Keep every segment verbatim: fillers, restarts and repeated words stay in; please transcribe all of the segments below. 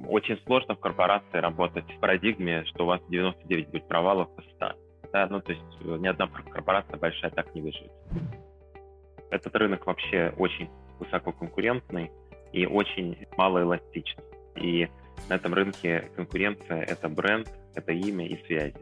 Очень сложно в корпорации работать в парадигме, что у вас девяносто девять будет провалов по ста. Да, ну, то есть ни одна корпорация большая так не выживет. Этот рынок вообще очень высококонкурентный и очень малоэластичный. И на этом рынке конкуренция — это бренд, это имя и связи.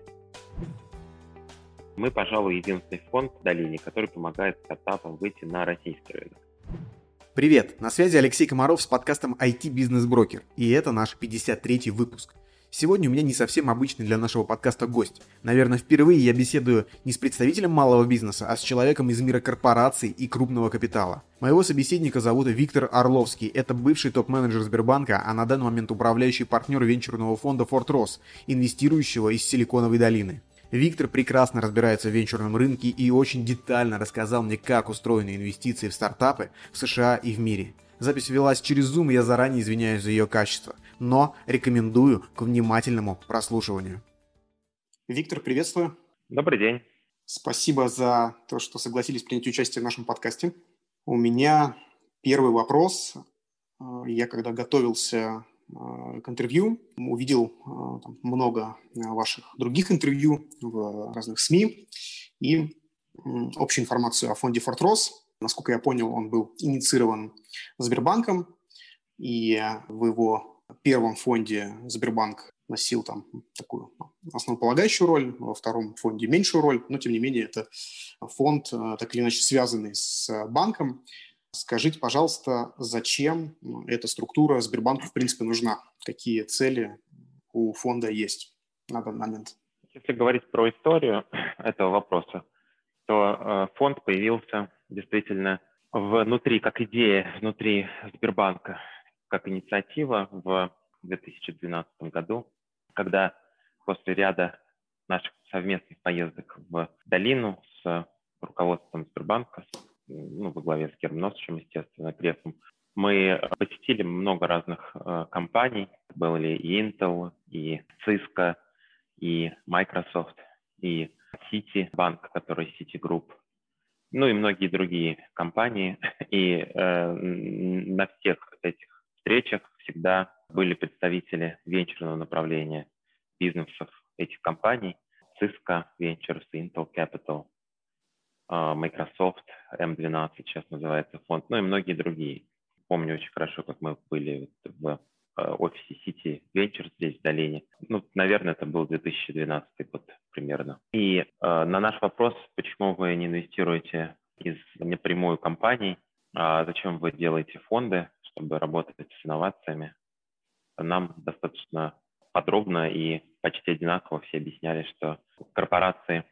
Мы, пожалуй, единственный фонд в долине, который помогает стартапам выйти на российский рынок. Привет, на связи Алексей Комаров с подкастом ай ти-бизнес-брокер, и это наш пятьдесят третий выпуск. Сегодня у меня не совсем обычный для нашего подкаста гость. Наверное, впервые я беседую не с представителем малого бизнеса, а с человеком из мира корпораций и крупного капитала. Моего собеседника зовут Виктор Орловский. Это бывший топ-менеджер Сбербанка, а на данный момент управляющий партнер венчурного фонда Fortress, инвестирующего из Силиконовой долины. Виктор прекрасно разбирается в венчурном рынке и очень детально рассказал мне, как устроены инвестиции в стартапы в США и в мире. Запись велась через Zoom, и я заранее извиняюсь за ее качество, но рекомендую к внимательному прослушиванию. Виктор, приветствую. Добрый день. Спасибо за то, что согласились принять участие в нашем подкасте. У меня первый вопрос. Я когда готовился к интервью, увидел там много ваших других интервью в разных СМИ и общую информацию о фонде Fortress. Насколько я понял, он был инициирован Сбербанком, и в его первом фонде Сбербанк носил там такую основополагающую роль, во втором фонде меньшую роль, но тем не менее это фонд, так или иначе связанный с банком. Скажите, пожалуйста, зачем эта структура Сбербанку в принципе нужна? Какие цели у фонда есть на данный момент? Если говорить про историю этого вопроса, то э, фонд появился действительно внутри, как идея внутри Сбербанка, как инициатива в две тысячи двенадцатом году, когда после ряда наших совместных поездок в долину с руководством Сбербанка, ну, во главе с Германом Носовичем, естественно, Крефом, мы посетили много разных э, компаний. Были и Intel, и Cisco, и Microsoft, и Citibank, который Citigroup, ну и многие другие компании. И э, на всех этих встречах всегда были представители венчурного направления бизнесов этих компаний: Cisco Ventures, Intel Capital, Microsoft, эм двенадцать сейчас называется фонд, ну и многие другие. Помню очень хорошо, как мы были в офисе City Ventures здесь, в долине. Ну, наверное, это был две тысячи двенадцатый год примерно. И э, на наш вопрос, почему вы не инвестируете из напрямую компаний, а зачем вы делаете фонды, чтобы работать с инновациями, нам достаточно подробно и почти одинаково все объясняли, что корпорации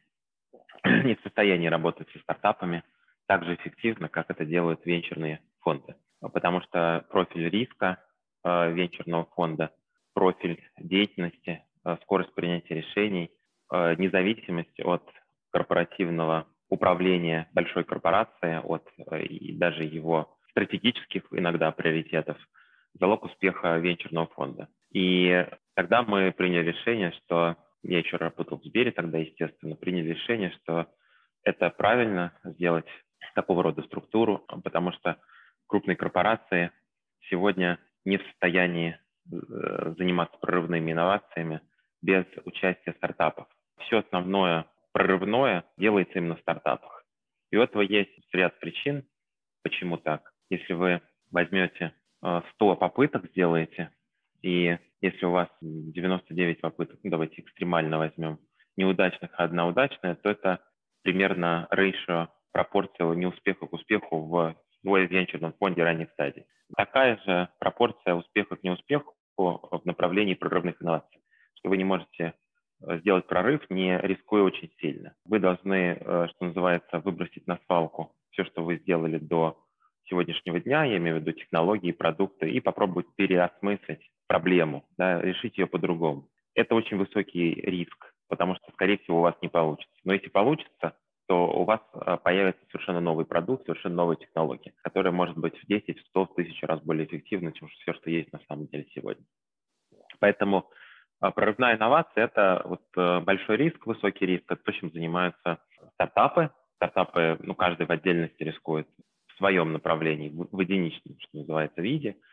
не в состоянии работать со стартапами так же эффективно, как это делают венчурные фонды. Потому что профиль риска э, венчурного фонда, профиль деятельности, э, скорость принятия решений, э, независимость от корпоративного управления большой корпорации, от э, и даже его стратегических иногда приоритетов, залог успеха венчурного фонда. И тогда мы приняли решение, что я еще работал в Сбере тогда, естественно, приняли решение, что это правильно сделать такого рода структуру, потому что крупные корпорации сегодня не в состоянии заниматься прорывными инновациями без участия стартапов. Все основное прорывное делается именно в стартапах. И у этого есть ряд причин, почему так. Если вы возьмете сто попыток, сделаете, и если у вас девяносто девять попыток, ну, давайте экстремально возьмем, неудачных, а одна удачная, то это примерно рейшо, пропорция неуспеха к успеху в венчурном фонде ранних стадий. Такая же пропорция успеха к неуспеху в направлении прорывных инноваций, что вы не можете сделать прорыв, не рискуя очень сильно. Вы должны, что называется, выбросить на свалку все, что вы сделали до сегодняшнего дня, я имею в виду технологии, продукты, и попробовать переосмыслить проблему, да, решить ее по-другому. Это очень высокий риск, потому что, скорее всего, у вас не получится. Но если получится, то у вас появится совершенно новый продукт, совершенно новая технология, которая может быть в десять, в сто, в тысячу раз более эффективна, чем все, что есть на самом деле сегодня. Поэтому прорывная инновация – это вот большой риск, высокий риск, это то, чем занимаются стартапы. Стартапы, ну, каждый в отдельности рискует в своем направлении, в единичном, что называется, виде.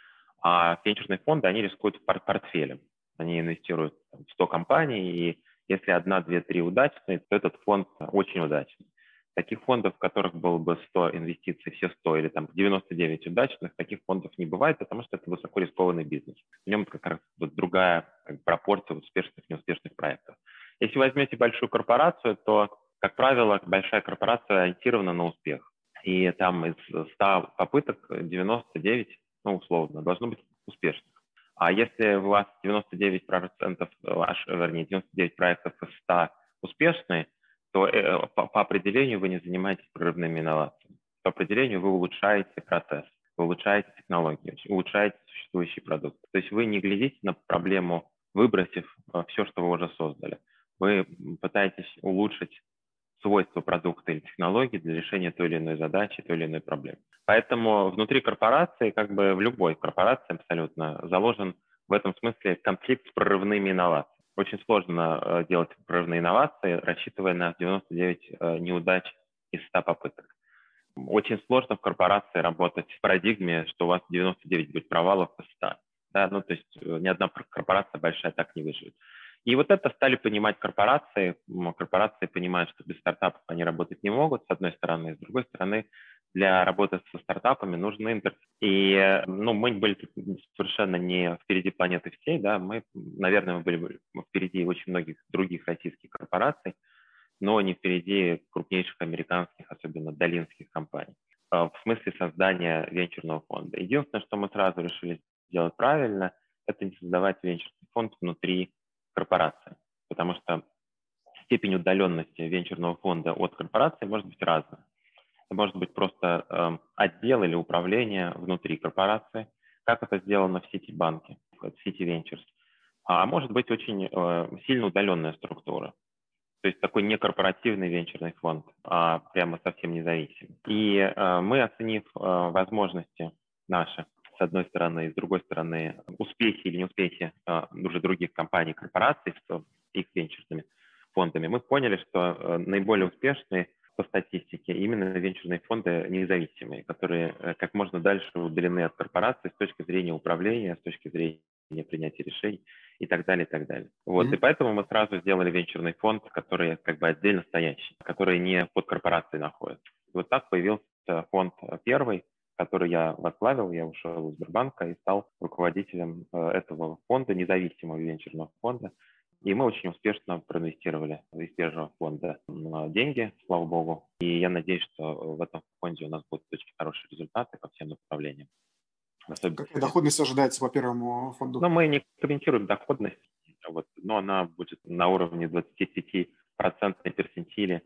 А венчурные фонды, они рискуют пор- портфелем. Они инвестируют в сто компаний, и если одна, две, три удачные, то этот фонд очень удачный. Таких фондов, в которых было бы сто инвестиций, все сто или там девяносто девять удачных, таких фондов не бывает, потому что это высоко рискованный бизнес. В нем как раз вот другая как бы, пропорция успешных и неуспешных проектов. Если возьмете большую корпорацию, то, как правило, большая корпорация ориентирована на успех. И там из ста попыток девяносто девять, ну, условно, должно быть успешных. А если у вас девяносто девять процентов, вернее, девяносто девять проектов из ста успешные, то э, по, по определению вы не занимаетесь прорывными инновациями. По определению вы улучшаете процесс, вы улучшаете технологии, улучшаете существующий продукт. То есть вы не глядите на проблему, выбросив э, все, что вы уже создали. Вы пытаетесь улучшить свойства продукта или технологии для решения той или иной задачи, той или иной проблемы. Поэтому внутри корпорации, как бы в любой корпорации абсолютно, заложен в этом смысле конфликт с прорывными инновациями. Очень сложно э, делать прорывные инновации, рассчитывая на девяносто девять э, неудач из ста попыток. Очень сложно в корпорации работать в парадигме, что у вас девяносто девять будет провалов из ста. Да? Ну, то есть э, ни одна корпорация большая так не выживет. И вот это стали понимать корпорации. Корпорации понимают, что без стартапов они работать не могут, с одной стороны. И с другой стороны, для работы со стартапами нужен интерфейс. И ну, мы были совершенно не впереди планеты всей. Да? Мы, наверное, мы были впереди очень многих других российских корпораций, но не впереди крупнейших американских, особенно долинских компаний. В смысле создания венчурного фонда. Единственное, что мы сразу решили сделать правильно, это не создавать венчурный фонд внутри корпорации, потому что степень удаленности венчурного фонда от корпорации может быть разная. Это может быть просто э, отдел или управление внутри корпорации, как это сделано в Ситибанке, в City Ventures. А может быть очень э, сильно удаленная структура, то есть такой не корпоративный венчурный фонд, а прямо совсем независимый. И э, мы, оценив э, возможности наши, с одной стороны, и с другой стороны, успехи или неуспехи э, уже других компаний, корпораций с их венчурными фондами, мы поняли, что э, наиболее успешные по статистике именно венчурные фонды независимые, которые э, как можно дальше удалены от корпораций с точки зрения управления, с точки зрения принятия решений и так далее, и так далее. Вот, mm-hmm. И поэтому мы сразу сделали венчурный фонд, который как бы отдельно стоящий, который не под корпорацией находится. И вот так появился фонд первый, который я возглавил, я ушел из Сбербанка и стал руководителем этого фонда, независимого венчурного фонда. И мы очень успешно проинвестировали из первого фонда деньги, слава богу. И я надеюсь, что в этом фонде у нас будут очень хорошие результаты по всем направлениям. Какая доходность ожидается по первому фонду? Ну, мы не комментируем доходность, вот, но она будет на уровне двадцати пяти процентов персентили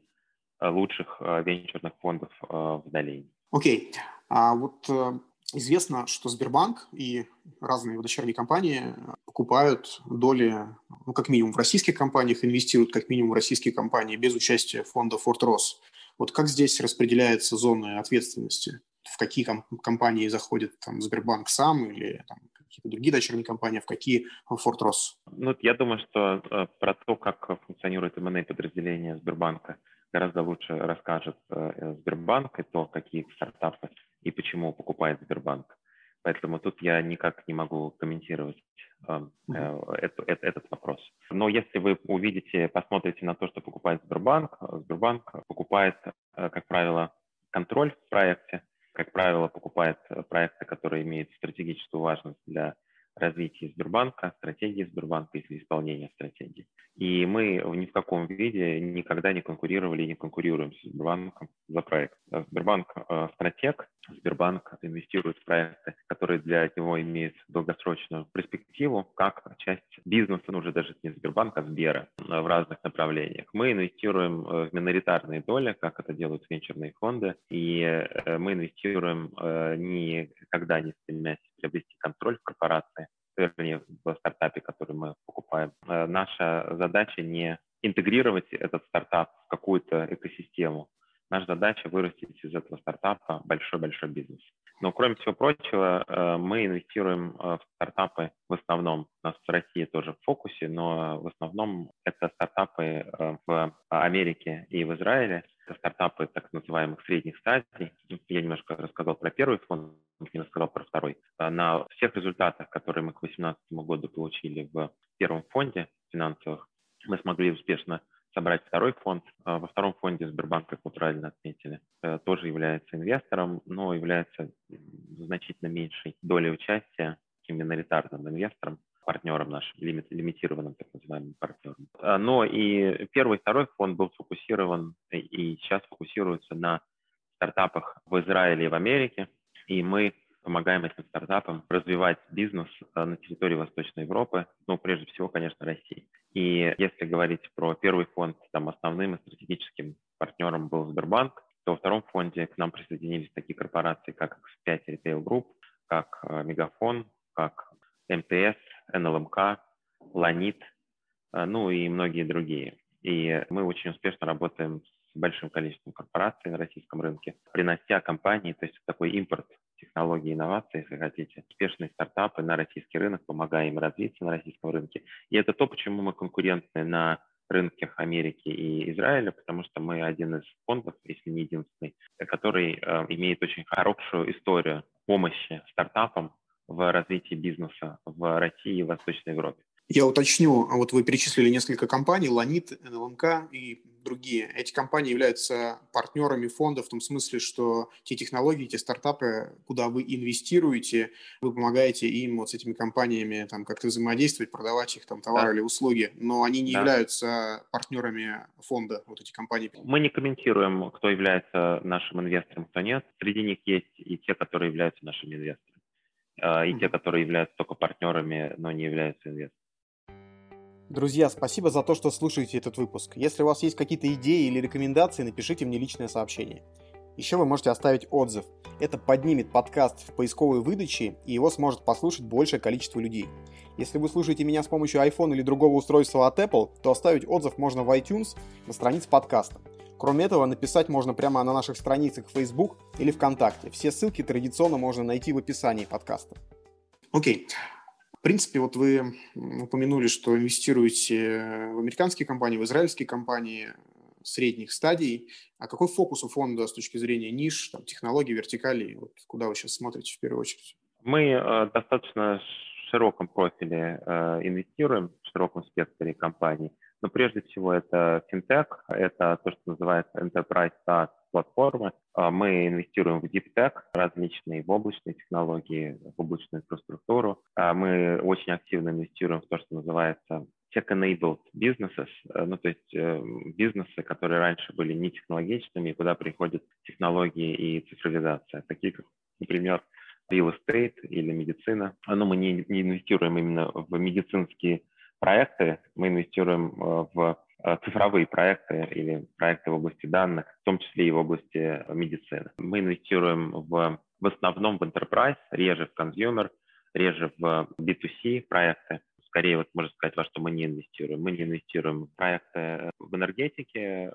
лучших венчурных фондов в долине. Окей. Okay. А вот известно, что Сбербанк и разные его дочерние компании покупают доли, ну, как минимум в российских компаниях, инвестируют как минимум в российские компании без участия фонда Фортрос. Вот как здесь распределяются зоны ответственности? В какие ком- компании заходит там, Сбербанк сам или там, какие-то другие дочерние компании, в какие Фортрос? Ну, я думаю, что э, про то, как функционирует эм энд эй-подразделение Сбербанка, гораздо лучше расскажет э, Сбербанк и то, какие стартапы и почему покупает Сбербанк. Поэтому тут я никак не могу комментировать э, э, это, это, этот вопрос. Но если вы увидите, посмотрите на то, что покупает Сбербанк, Сбербанк покупает, э, как правило, контроль в проекте, как правило, покупает проекты, которые имеют стратегическую важность для развития Сбербанка, стратегии Сбербанка или исполнения стратегии. И мы ни в каком виде никогда не конкурировали и не конкурируем с Сбербанком за проект. Сбербанк э, стратег, Сбербанк инвестирует в проекты, которые для него имеют долгосрочную перспективу, как часть бизнеса, ну уже даже не Сбербанка, а Сбера в разных направлениях. Мы инвестируем в миноритарные доли, как это делают венчурные фонды, и э, мы инвестируем э, никогда не стремясь приобрести контроль в корпорации, вернее, в стартапе, который мы покупаем. Э, наша задача не интегрировать этот стартап в какую-то экосистему. Наша задача вырастить из этого стартапа большой-большой бизнес. Но, кроме всего прочего, мы инвестируем в стартапы в основном, у нас в России тоже в фокусе, но в основном это стартапы в Америке и в Израиле. Это стартапы так называемых средних стадий. Я немножко рассказал про первый фонд, не рассказал про второй. на всех результатах, которые мы к две тысячи восемнадцатому году получили в первом фонде финансовых, мы смогли успешно собрать второй фонд. Во втором фонде Сбербанк, как вы правильно отметили, тоже является инвестором, но является значительно меньшей долей участия, таким миноритарным инвестором, партнером нашим, лимитированным так называемым партнером. Но и первый и второй фонд был сфокусирован и сейчас фокусируется на стартапах в Израиле и в Америке, и мы помогаем этим стартапам развивать бизнес на территории Восточной Европы, ну, прежде всего, конечно, России. И если говорить про первый фонд, там основным и стратегическим партнером был Сбербанк, то во втором фонде к нам присоединились такие корпорации, как икс пять Retail Group, как Мегафон, как эм тэ эс, эн эл эм ка, Ланит, ну и многие другие. И мы очень успешно работаем с большим количеством корпораций на российском рынке, принося компании, то есть такой импорт технологий и инноваций, если хотите, успешные стартапы на российский рынок, помогая им развиться на российском рынке. И это то, почему мы конкурентны на рынках Америки и Израиля, потому что мы один из фондов, если не единственный, который э, имеет очень хорошую историю помощи стартапам в развитии бизнеса в России и в Восточной Европе. Я уточню, а вот вы перечислили несколько компаний, Ланит, эн эл эм ка и другие. Эти компании являются партнерами фонда в том смысле, что те технологии, те стартапы, куда вы инвестируете, вы помогаете им вот с этими компаниями там как-то взаимодействовать, продавать их там товары Да. или услуги, но они не Да. являются партнерами фонда, вот эти компании. Мы не комментируем, кто является нашим инвестором, кто нет. Среди них есть и те, которые являются нашими инвесторами, и mm-hmm. те, которые являются только партнерами, но не являются инвесторами. Друзья, спасибо за то, что слушаете этот выпуск. Если у вас есть какие-то идеи или рекомендации, напишите мне личное сообщение. Еще вы можете оставить отзыв. Это поднимет подкаст в поисковой выдаче, и его сможет послушать большее количество людей. Если вы слушаете меня с помощью iPhone или другого устройства от Apple, то оставить отзыв можно в iTunes на странице подкаста. Кроме этого, написать можно прямо на наших страницах в Facebook или ВКонтакте. Все ссылки традиционно можно найти в описании подкаста. Окей. Okay. В принципе, вот вы упомянули, что инвестируете в американские компании, в израильские компании средних стадий. А какой фокус у фонда с точки зрения ниш, там, технологий, вертикалей? Вот куда вы сейчас смотрите в первую очередь? Мы э, достаточно в широком профиле э, инвестируем, в широком спектре компаний. Но прежде всего это финтех, это то, что называется Enterprise SaaS платформы. Мы инвестируем в Deep Tech, различные в облачные технологии, в облачную инфраструктуру. Мы очень активно инвестируем в то, что называется Tech-enabled businesses, ну то есть бизнесы, которые раньше были не технологичными, куда приходят технологии и цифровизация, такие как, например, real estate или медицина. Но мы не, не инвестируем именно в медицинские проекты, мы инвестируем в цифровые проекты или проекты в области данных, в том числе и в области медицины. Мы инвестируем в, в основном в enterprise, реже в consumer, реже в би ту си проекты. Скорее, вот можно сказать, во что мы не инвестируем. Мы не инвестируем в проекты в энергетике,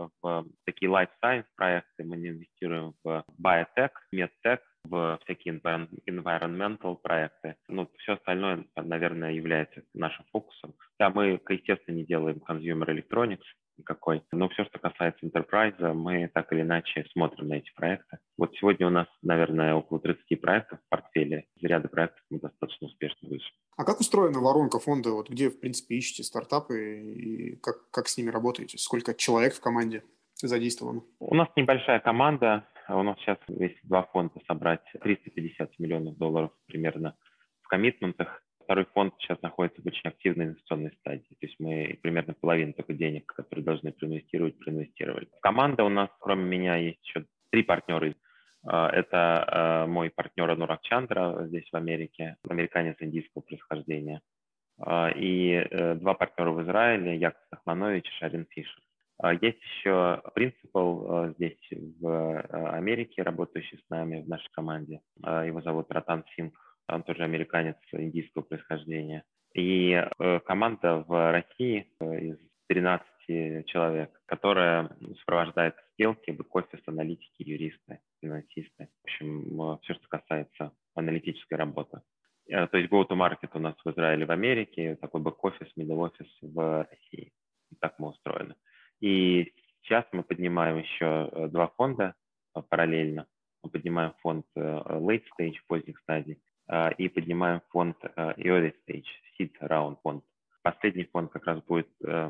в такие life science проекты, мы не инвестируем в biotech, medtech, в всякие environmental проекты. Ну, все остальное, наверное, является нашим фокусом. Да, мы, естественно, не делаем consumer electronics никакой, но все, что касается enterprise, мы так или иначе смотрим на эти проекты. Вот сегодня у нас, наверное, около тридцати проектов в портфеле. Из ряда проектов мы достаточно успешно вышли. А как устроена воронка фонда? Вот где, в принципе, ищете стартапы и как, как с ними работаете? Сколько человек в команде задействовано? У нас небольшая команда. У нас сейчас, если два фонда собрать, триста пятьдесят миллионов долларов примерно в коммитментах. Второй фонд сейчас находится в очень активной инвестиционной стадии. То есть мы примерно половину только денег, которые должны проинвестировать, проинвестировали. Команда у нас, кроме меня, есть еще три партнера. Это мой партнер Анураг Чандра здесь в Америке, американец индийского происхождения. И два партнера в Израиле, Яков Тахманович и Шарин Фишер. Есть еще принципал здесь в Америке, работающий с нами в нашей команде. Его зовут Ратан Сингх, он тоже американец индийского происхождения. И команда в России из тринадцати человек, которая сопровождает сделки, бэк-офис, аналитики, юристы, финансисты. В общем, все, что касается аналитической работы. То есть go-to-market у нас в Израиле, в Америке, такой бэк-офис, middle-офис в России. Так мы устроены. И сейчас мы поднимаем еще два фонда параллельно. Мы поднимаем фонд late stage, поздних стадий, и поднимаем фонд Early Stage, Seed Round фонд. Последний фонд как раз будет,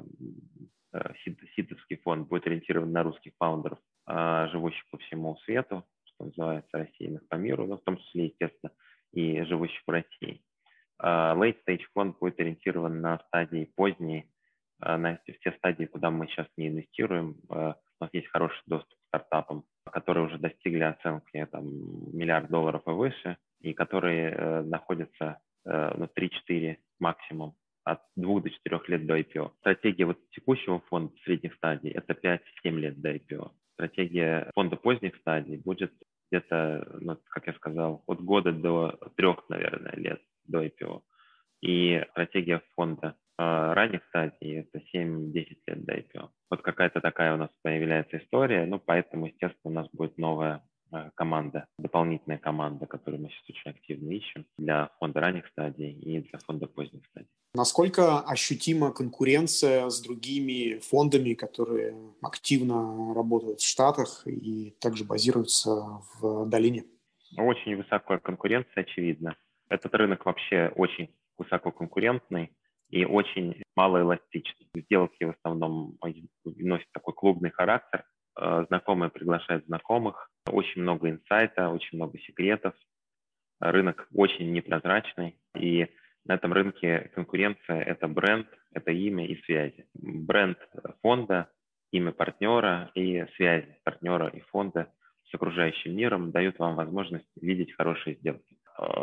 сидовский фонд, будет ориентирован на русских фаундеров, живущих по всему свету, что называется, рассеянных по миру, но в том числе, естественно, и живущих в России. Late Stage фонд будет ориентирован на стадии поздние, на все стадии, куда мы сейчас не инвестируем. У нас есть хороший доступ к стартапам, которые уже достигли оценки там, миллиард долларов и выше, и которые э, находятся э, ну, три-четыре максимум, от двух до четырёх лет до ай пи о. Стратегия вот текущего фонда средних стадий – это пять-семь лет до ай пи о. Стратегия фонда поздних стадий будет где-то, ну, как я сказал, от года до трех, наверное, лет до ай пи о. И стратегия фонда э, ранних стадий – это семь-десять лет до ай пи о. Вот какая-то такая у нас появляется история, ну, поэтому, естественно, у нас будет новая э, команда, дополнительная команда, которую мы сейчас очень активно ищем для фонда ранних стадий и для фонда поздних стадий. Насколько ощутима конкуренция с другими фондами, которые активно работают в Штатах и также базируются в долине? Очень высокая конкуренция, очевидно. Этот рынок вообще очень высококонкурентный и очень малоэластичный. Сделки в основном носят такой клубный характер. Знакомые приглашают знакомых. Очень много инсайта, очень много секретов. Рынок очень непрозрачный. И на этом рынке конкуренция – это бренд, это имя и связи. Бренд фонда, имя партнера и связи партнера и фонда с окружающим миром дают вам возможность видеть хорошие сделки.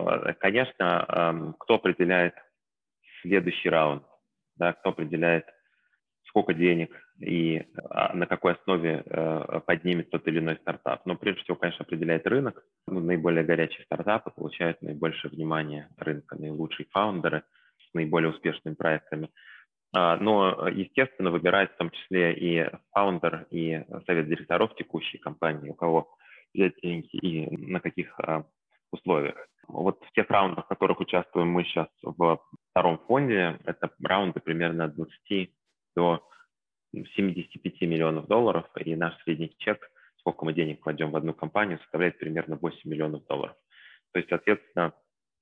Конечно, кто определяет следующий раунд, да, кто определяет, сколько денег и на какой основе поднимет тот или иной стартап. Но прежде всего, конечно, определяет рынок. Ну, наиболее горячие стартапы получают наибольшее внимание рынка, наилучшие фаундеры с наиболее успешными проектами. Но, естественно, выбирает в том числе и фаундер, и совет директоров текущей компании, у кого взять деньги и на каких условиях. Вот в тех раундах, в которых участвуем мы сейчас в втором фонде, это раунды примерно от двадцати до семидесяти пяти миллионов долларов, и наш средний чек, сколько мы денег кладем в одну компанию, составляет примерно восемь миллионов долларов. То есть, соответственно,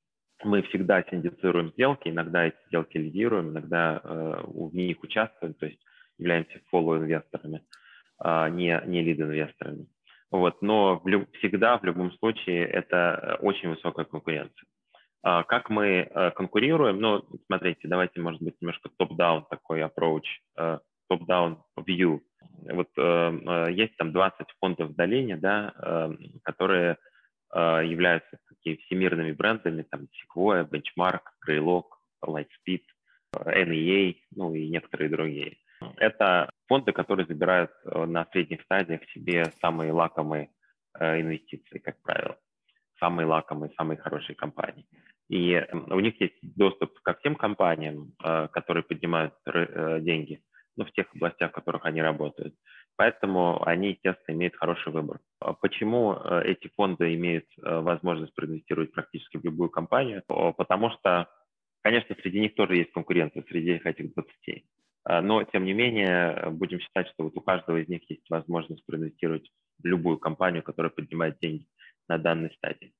мы всегда синдицируем сделки, иногда эти сделки лидируем, иногда э, в них участвуем, то есть являемся фоллоу-инвесторами, э, не, не лид-инвесторами. Вот, но в люб, всегда, в любом случае, это очень высокая конкуренция. А как мы э, конкурируем? Ну, смотрите, давайте, может быть, немножко топ-даун такой approach, э, топ-даун view. Вот э, есть там двадцать фондов в долине, да, э, которые э, являются такими всемирными брендами, там Sequoia, Benchmark, Greylock, Lightspeed, эн и эй, ну и некоторые другие. Это фонды, которые забирают на средних стадиях себе самые лакомые э, инвестиции, как правило. Самые лакомые, самые хорошие компании. И у них есть доступ ко всем компаниям, э, которые поднимают э, деньги, ну, в тех областях, в которых они работают. Поэтому они, естественно, имеют хороший выбор. Почему э, эти фонды имеют э, возможность проинвестировать практически в любую компанию? Потому что, конечно, среди них тоже есть конкуренция, среди этих двадцати. Но, тем не менее, будем считать, что вот у каждого из них есть возможность проинвестировать в любую компанию, которая поднимает деньги на данной стадии.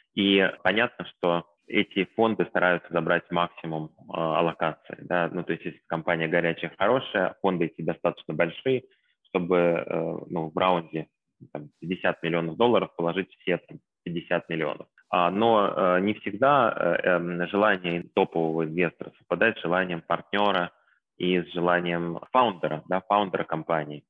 И понятно, что эти фонды стараются забрать максимум э, аллокации. Да? Ну, то есть, если компания горячая, хорошая, фонды эти достаточно большие, чтобы э, ну, в раунде там, пятьдесят миллионов долларов положить все там, пятьдесят миллионов. А, но э, не всегда э, э, желание топового инвестора совпадает с желанием партнера и с желанием фаундера, да, фаундера компании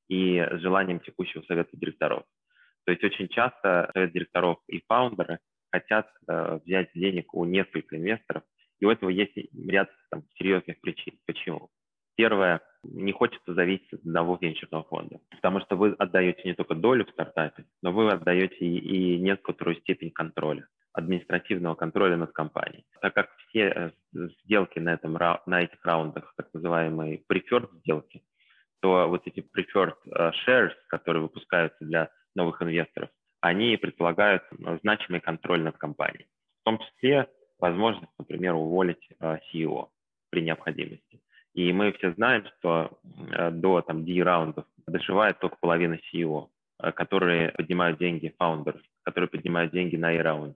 и с желанием текущего совета директоров. То есть очень часто совет директоров и фаундеры хотят э, взять денег у нескольких инвесторов, и у этого есть ряд там, серьезных причин. Почему? Первое, не хочется зависеть от одного венчурного фонда, потому что вы отдаете не только долю в стартапе, но вы отдаете и, и некоторую степень контроля, административного контроля над компанией. Так как все сделки на, этом, на этих раундах, так называемые preferred сделки, то вот эти preferred shares, которые выпускаются для новых инвесторов, они предполагают значимый контроль над компанией. В том числе возможность, например, уволить си и о при необходимости. И мы все знаем, что до там, D-раундов доживает только половина си и о, которые поднимают деньги фаундеров, которые поднимают деньги на A-раунде.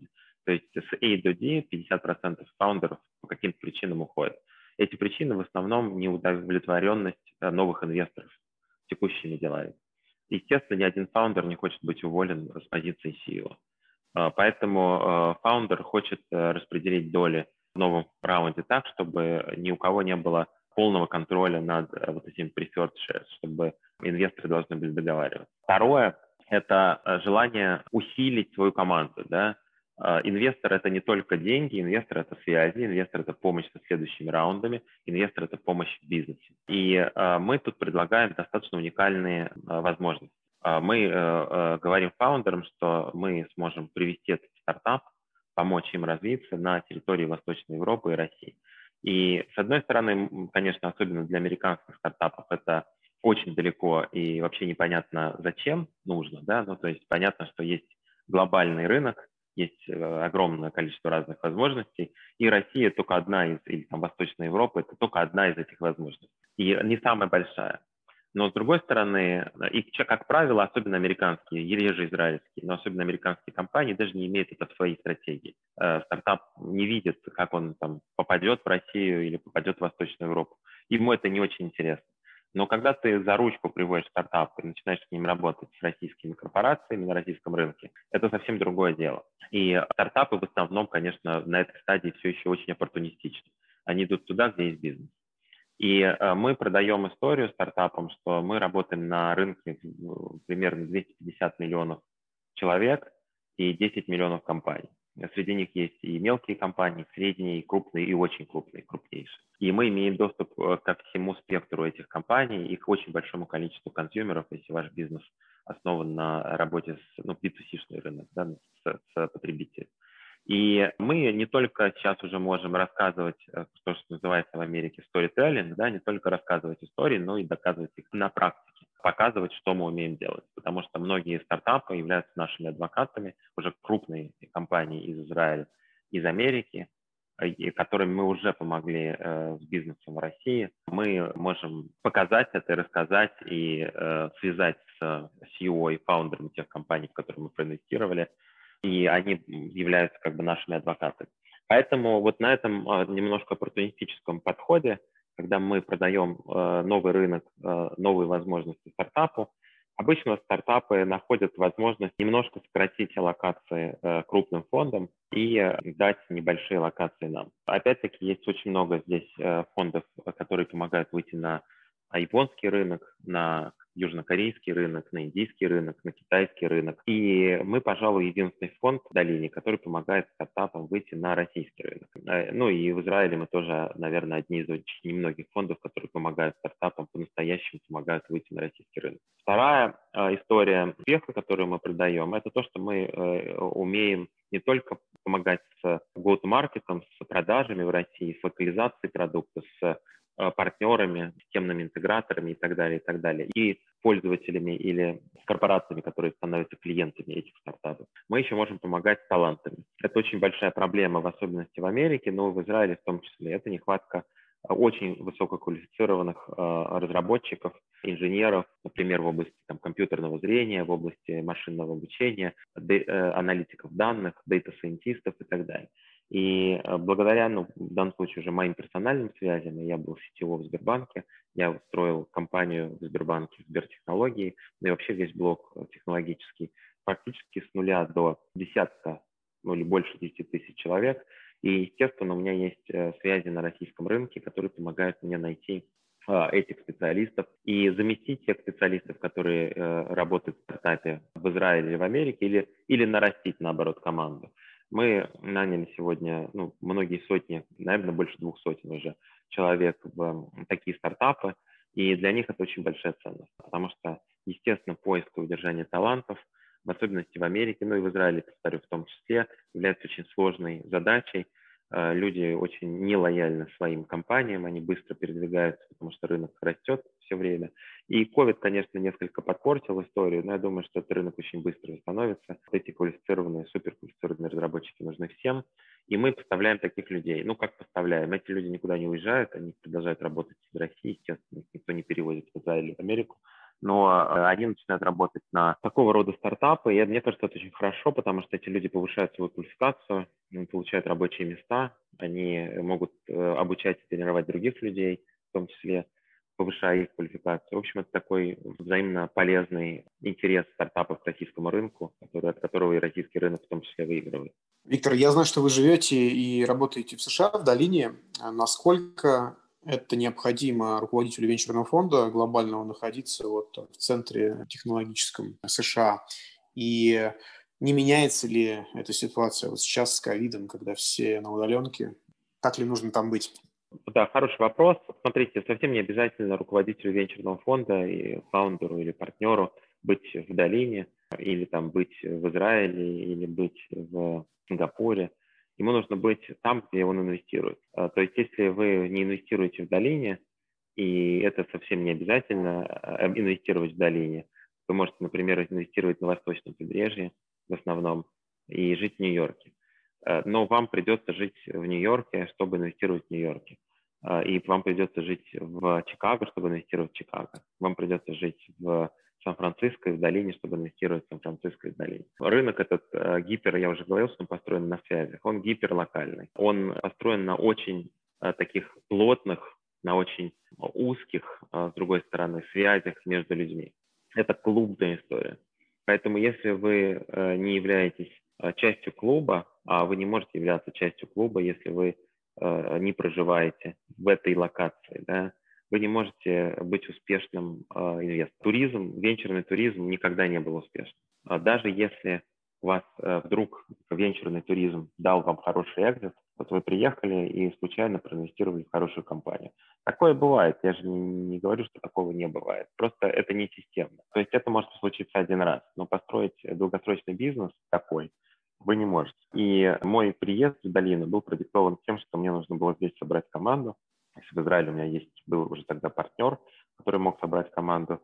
То есть с A до D пятьдесят процентов фаундеров по каким-то причинам уходят. Эти причины в основном неудовлетворенность новых инвесторов текущими делами. Естественно, ни один фаундер не хочет быть уволен с позиции си и о. Поэтому фаундер хочет распределить доли в новом раунде так, чтобы ни у кого не было полного контроля над вот этими preferred shares, чтобы инвесторы должны были договариваться. Второе – это желание усилить свою команду. Да? Инвестор – это не только деньги, инвестор – это связи, инвестор – это помощь со следующими раундами, инвестор – это помощь в бизнесе. И мы тут предлагаем достаточно уникальные возможности. Мы говорим фаундерам, что мы сможем привести этот стартап, помочь им развиться на территории Восточной Европы и России. И, с одной стороны, конечно, особенно для американских стартапов это очень далеко и вообще непонятно, зачем нужно, да, ну, то есть понятно, что есть глобальный рынок, есть огромное количество разных возможностей, и Россия только одна из, или там Восточная Европа, это только одна из этих возможностей, и не самая большая. Но, с другой стороны, и, как правило, особенно американские, и реже израильские, но особенно американские компании даже не имеют это в своей стратегии. Стартап не видит, как он там попадет в Россию или попадет в Восточную Европу. Ему это не очень интересно. Но когда ты за ручку приводишь стартап и начинаешь с ним работать с российскими корпорациями на российском рынке, это совсем другое дело. И стартапы в основном, конечно, на этой стадии все еще очень оппортунистичны. Они идут туда, где есть бизнес. И э, мы продаем историю стартапам, что мы работаем на рынке примерно двести пятьдесят миллионов человек и десять миллионов компаний. Среди них есть и мелкие компании, средние, и крупные, и очень крупные, крупнейшие. И мы имеем доступ ко всему спектру этих компаний и к очень большому количеству консюмеров, если ваш бизнес основан на работе с, ну, би ту си-шный рынок, да, с, с потребителем. И мы не только сейчас уже можем рассказывать то, что называется в Америке storytelling, да, не только рассказывать истории, но и доказывать их на практике, показывать, что мы умеем делать. Потому что многие стартапы являются нашими адвокатами, уже крупные компании из Израиля, из Америки, которым мы уже помогли э, с бизнесом в России. Мы можем показать это, рассказать и э, связать с си и о и фаундерами тех компаний, в которые мы проинвестировали, и они являются как бы нашими адвокатами. Поэтому вот на этом немножко оппортунистическом подходе, когда мы продаем новый рынок, новые возможности стартапу, обычно стартапы находят возможность немножко сократить аллокации крупным фондам и дать небольшие аллокации нам. Опять-таки есть очень много здесь фондов, которые помогают выйти на японский рынок, на южнокорейский рынок, на индийский рынок, на китайский рынок. И мы, пожалуй, единственный фонд в долине, который помогает стартапам выйти на российский рынок. Ну и в Израиле мы тоже, наверное, одни из очень немногих фондов, которые помогают стартапам, по-настоящему помогают выйти на российский рынок. Вторая э, история успеха, которую мы продаем, это то, что мы э, умеем не только помогать с go-to-market, с продажами в России, с локализацией продукта, с партнерами, системными интеграторами и так далее, и так далее, и пользователями или с корпорациями, которые становятся клиентами этих стартапов. Мы еще можем помогать с талантами. Это очень большая проблема, в особенности в Америке, но и в Израиле в том числе. Это нехватка очень высококвалифицированных э, разработчиков, инженеров, например, в области там, компьютерного зрения, в области машинного обучения, де, э, аналитиков данных, дейта-сайентистов и так далее. И благодаря, ну, в данном случае уже моим персональным связям, я был си ти о в Сбербанке, я устроил компанию в Сбербанке Сбертехнологии, ну и вообще весь блок технологический, практически с нуля до десятка, ну или больше десяти тысяч человек. И, естественно, у меня есть связи на российском рынке, которые помогают мне найти этих специалистов и заместить тех специалистов, которые э, работают в стартапе в Израиле или в Америке, или, или нарастить, наоборот, команду. Мы наняли сегодня ну, многие сотни, наверное, больше двух сотен уже человек в такие стартапы, и для них это очень большая ценность, потому что, естественно, поиск и удержание талантов, в особенности в Америке, ну и в Израиле, повторю, в том числе, является очень сложной задачей. Люди очень нелояльны своим компаниям, они быстро передвигаются, потому что рынок растет все время. И ковид, конечно, несколько подпортил историю, но я думаю, что этот рынок очень быстро восстановится. Эти квалифицированные, суперквалифицированные разработчики нужны всем, и мы поставляем таких людей. Ну, как поставляем? Эти люди никуда не уезжают, они продолжают работать из России, естественно, никто не переводит в Израиль или в Америку. но э, они начинают работать на такого рода стартапы, и мне кажется, это очень хорошо, потому что эти люди повышают свою квалификацию, получают рабочие места, они могут э, обучать и тренировать других людей, в том числе повышая их квалификацию. В общем, это такой взаимно полезный интерес стартапов к российскому рынку, который, от которого и российский рынок в том числе выигрывает. Виктор, я знаю, что вы живете и работаете в США, в долине. Насколько это необходимо руководителю венчурного фонда глобального находиться вот в центре технологическом США? И не меняется ли эта ситуация вот сейчас с ковидом, когда все на удаленке? Так ли нужно там быть? Да, хороший вопрос. Смотрите, совсем не обязательно руководителю венчурного фонда и фаундеру или партнеру быть в долине, или там быть в Израиле, или быть в Сингапуре. Ему нужно быть там, где он инвестирует. То есть, если вы не инвестируете в долине, и это совсем не обязательно инвестировать в долине, вы можете, например, инвестировать на восточном побережье в основном и жить в Нью-Йорке. Но вам придется жить в Нью-Йорке, чтобы инвестировать в Нью-Йорке. И вам придется жить в Чикаго, чтобы инвестировать в Чикаго. Вам придется жить в Сан-Франциско и в долине, чтобы инвестировать в Сан-Франциско и в долине. Рынок этот гипер, я уже говорил, что он построен на связях. Он гиперлокальный. Он построен на очень таких плотных, на очень узких, с другой стороны, связях между людьми. Это клубная история. Поэтому если вы не являетесь частью клуба, а вы не можете являться частью клуба, если вы э, не проживаете в этой локации, да, вы не можете быть успешным э, инвестором. Туризм, венчурный туризм никогда не был успешным. А даже если у вас э, вдруг венчурный туризм дал вам хороший экзит, вот вы приехали и случайно проинвестировали в хорошую компанию. Такое бывает, я же не, не говорю, что такого не бывает. Просто это не системно. То есть это может случиться один раз, но построить долгосрочный бизнес такой вы не можете. И мой приезд в долину был продиктован тем, что мне нужно было здесь собрать команду. Если в Израиле у меня есть, был уже тогда партнер, который мог собрать команду,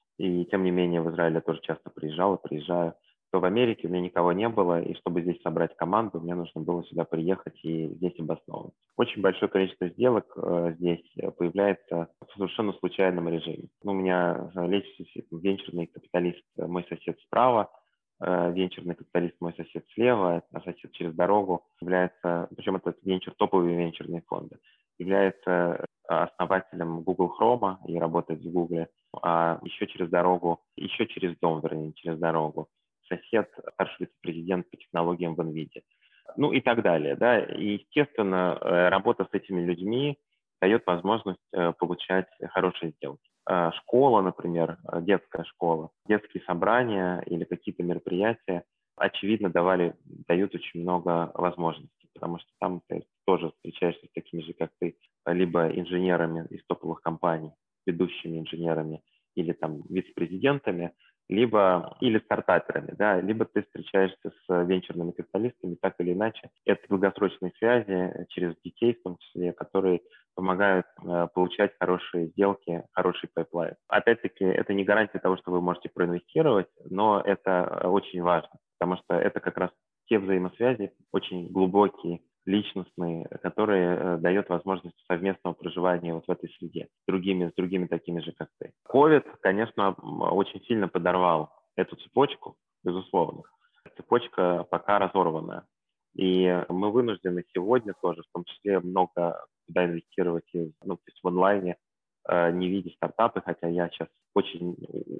и тем не менее в Израиле я тоже часто приезжал и приезжаю, то в Америке у меня никого не было, и чтобы здесь собрать команду, мне нужно было сюда приехать и здесь обосновываться. Очень большое количество сделок э, здесь появляется в совершенно случайном режиме. Ну, у меня лечится венчурный капиталист, мой сосед справа, венчурный капиталист мой сосед слева, а сосед через дорогу является, причем этот венчур, топовые венчурные фонды, является основателем Google Chrome и работает в Google, а еще через дорогу, еще через дом, вернее, через дорогу, сосед, старший вице-президент по технологиям в NVIDIA. Ну и так далее, да, и, естественно, работа с этими людьми дает возможность получать хорошие сделки. Школа, например, детская школа, детские собрания или какие-то мероприятия, очевидно, давали, дают очень много возможностей, потому что там ты тоже встречаешься с такими же, как ты, либо инженерами из топовых компаний, ведущими инженерами или там вице-президентами, либо или стартаперами, да, либо ты встречаешься с венчурными капиталистами, так или иначе. Это долгосрочные связи через детей, в том числе, которые помогают э, получать хорошие сделки, хороший пайплайн. Опять-таки, это не гарантия того, что вы можете проинвестировать, но это очень важно, потому что это как раз те взаимосвязи, очень глубокие, личностные, которые э, дают возможность совместного проживания вот в этой среде с другими, с другими такими же, как ты. ковид, конечно, очень сильно подорвал эту цепочку, безусловно. Цепочка пока разорванная. И мы вынуждены сегодня тоже, в том числе, много куда инвестировать, ну, то есть в онлайне, э, не видя стартапы, хотя я сейчас очень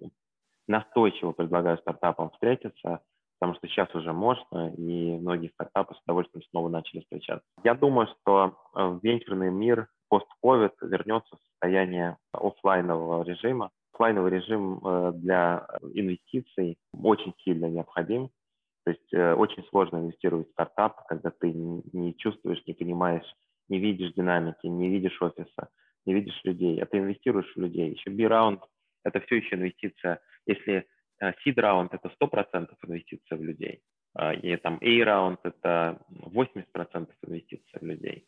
настойчиво предлагаю стартапам встретиться, потому что сейчас уже можно, и многие стартапы с удовольствием снова начали встречаться. Я думаю, что венчурный мир пост-ковид вернется в состояние офлайнового режима. Офлайновый режим для инвестиций очень сильно необходим. То есть очень сложно инвестировать в стартап, когда ты не чувствуешь, не понимаешь, не видишь динамики, не видишь офиса, не видишь людей, а ты инвестируешь в людей. Еще B-раунд – это все еще инвестиция. Если seed раунд это сто процентов инвестиция в людей, и там A раунд это восемьдесят процентов инвестиция в людей,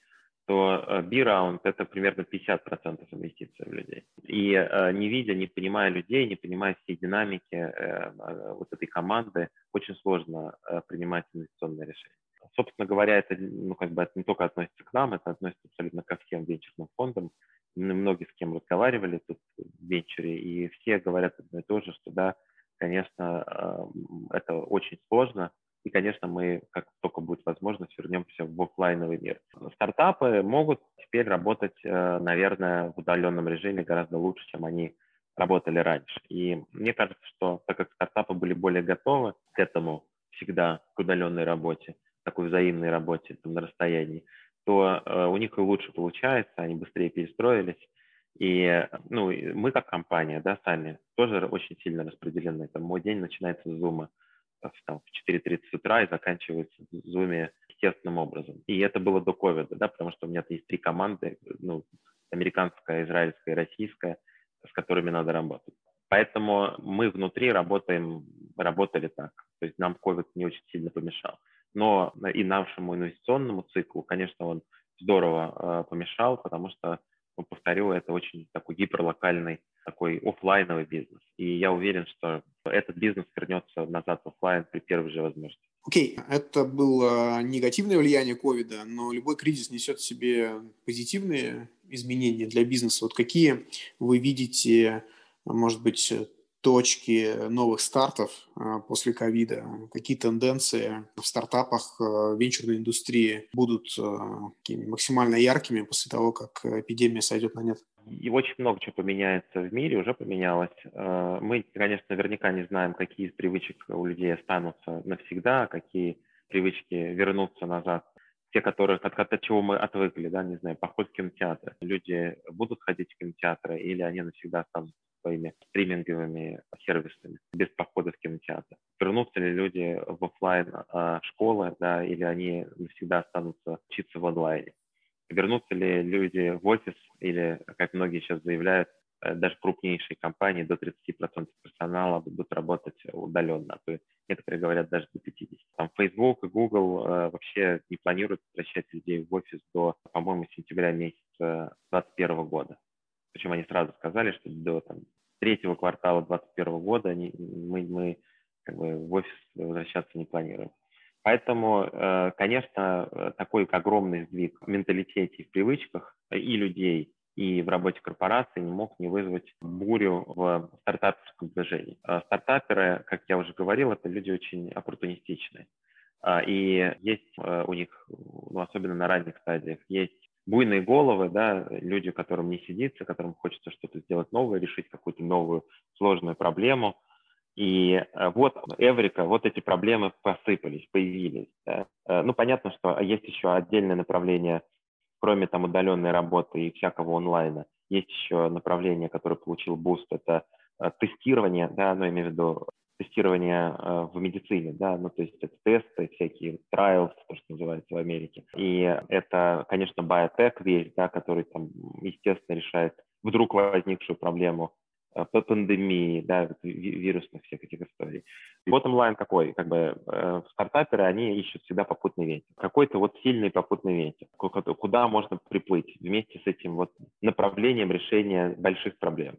то B раунд это примерно пятьдесят процентов инвестиция в людей. И не видя, не понимая людей, не понимая всей динамики вот этой команды, очень сложно принимать инвестиционные решения. Собственно говоря, это, ну, как бы это не только относится к нам, это относится абсолютно ко всем венчурным фондам. Мы многие с кем разговаривали тут в венчуре, и все говорят одно и то же, что да, конечно, это очень сложно, и, конечно, мы, как только будет возможность, вернемся в офлайновый мир. Стартапы могут теперь работать, наверное, в удаленном режиме гораздо лучше, чем они работали раньше. И мне кажется, что так как стартапы были более готовы к этому всегда, к удаленной работе, такой взаимной работе там, на расстоянии, то э, у них и лучше получается, они быстрее перестроились. И ну, мы как компания, да, сами тоже очень сильно распределены. Там, мой день начинается с Zoom там, в четыре тридцать утра и заканчивается в Zoom естественным образом. И это было до ковида, да, потому что у меня есть три команды, ну, американская, израильская и российская, с которыми надо работать. Поэтому мы внутри работаем, работали так. То есть нам ковид не очень сильно помешал. Но и нашему инвестиционному циклу, конечно, он здорово э, помешал, потому что, ну, повторю, это очень такой гиперлокальный, такой офлайновый бизнес. И я уверен, что этот бизнес вернется назад в офлайн при первой же возможности. Окей, okay. Это было негативное влияние ковида, но любой кризис несет в себе позитивные изменения для бизнеса. Вот какие вы видите, может быть, точки новых стартов после ковида? Какие тенденции в стартапах, в венчурной индустрии будут максимально яркими после того, как эпидемия сойдет на нет? И очень много чего поменяется в мире, уже поменялось. Мы, конечно, наверняка не знаем, какие из привычек у людей останутся навсегда, какие привычки вернутся назад. Те, которые, от, от чего мы отвыкли, да, не знаю, поход в кинотеатр. Люди будут ходить в кинотеатры или они навсегда останутся своими стриминговыми сервисами без похода в кинотеатр. Вернутся ли люди в офлайн а, школы, да, или они навсегда останутся учиться в онлайне. Вернутся ли люди в офис или, как многие сейчас заявляют, даже крупнейшие компании до тридцати процентов персонала будут работать удаленно, а то некоторые говорят даже до пятидесяти процентов. Там Facebook и Google э, вообще не планируют возвращать людей в офис до, по-моему, сентября месяца двадцать первого года. Причем они сразу сказали, что до там, третьего квартала двадцать первого года они, мы, мы как бы в офис возвращаться не планируем. Поэтому, конечно, такой огромный сдвиг в менталитете и в привычках и людей, и в работе корпорации не мог не вызвать бурю в стартаперском движении. Стартаперы, как я уже говорил, это люди очень оппортунистичные. И есть у них, ну, особенно на ранних стадиях, есть буйные головы, да, люди, которым не сидится, которым хочется что-то сделать новое, решить какую-то новую сложную проблему. И вот эврика, вот эти проблемы посыпались, появились. Да. Ну, понятно, что есть еще отдельное направление, кроме там удаленной работы и всякого онлайна. Есть еще направление, которое получил буст, это тестирование, да, ну, имею в виду тестирование в медицине, да, ну, то есть это тесты, всякие trials, то, что называется в Америке. И это, конечно, biotech весь, да, который там, естественно, решает вдруг возникшую проблему по пандемии, да, вирусных всех этих историй. Вот онлайн какой? Как бы э, стартаперы, они ищут всегда попутный ветер. Какой-то вот сильный попутный ветер, куда можно приплыть вместе с этим вот направлением решения больших проблем.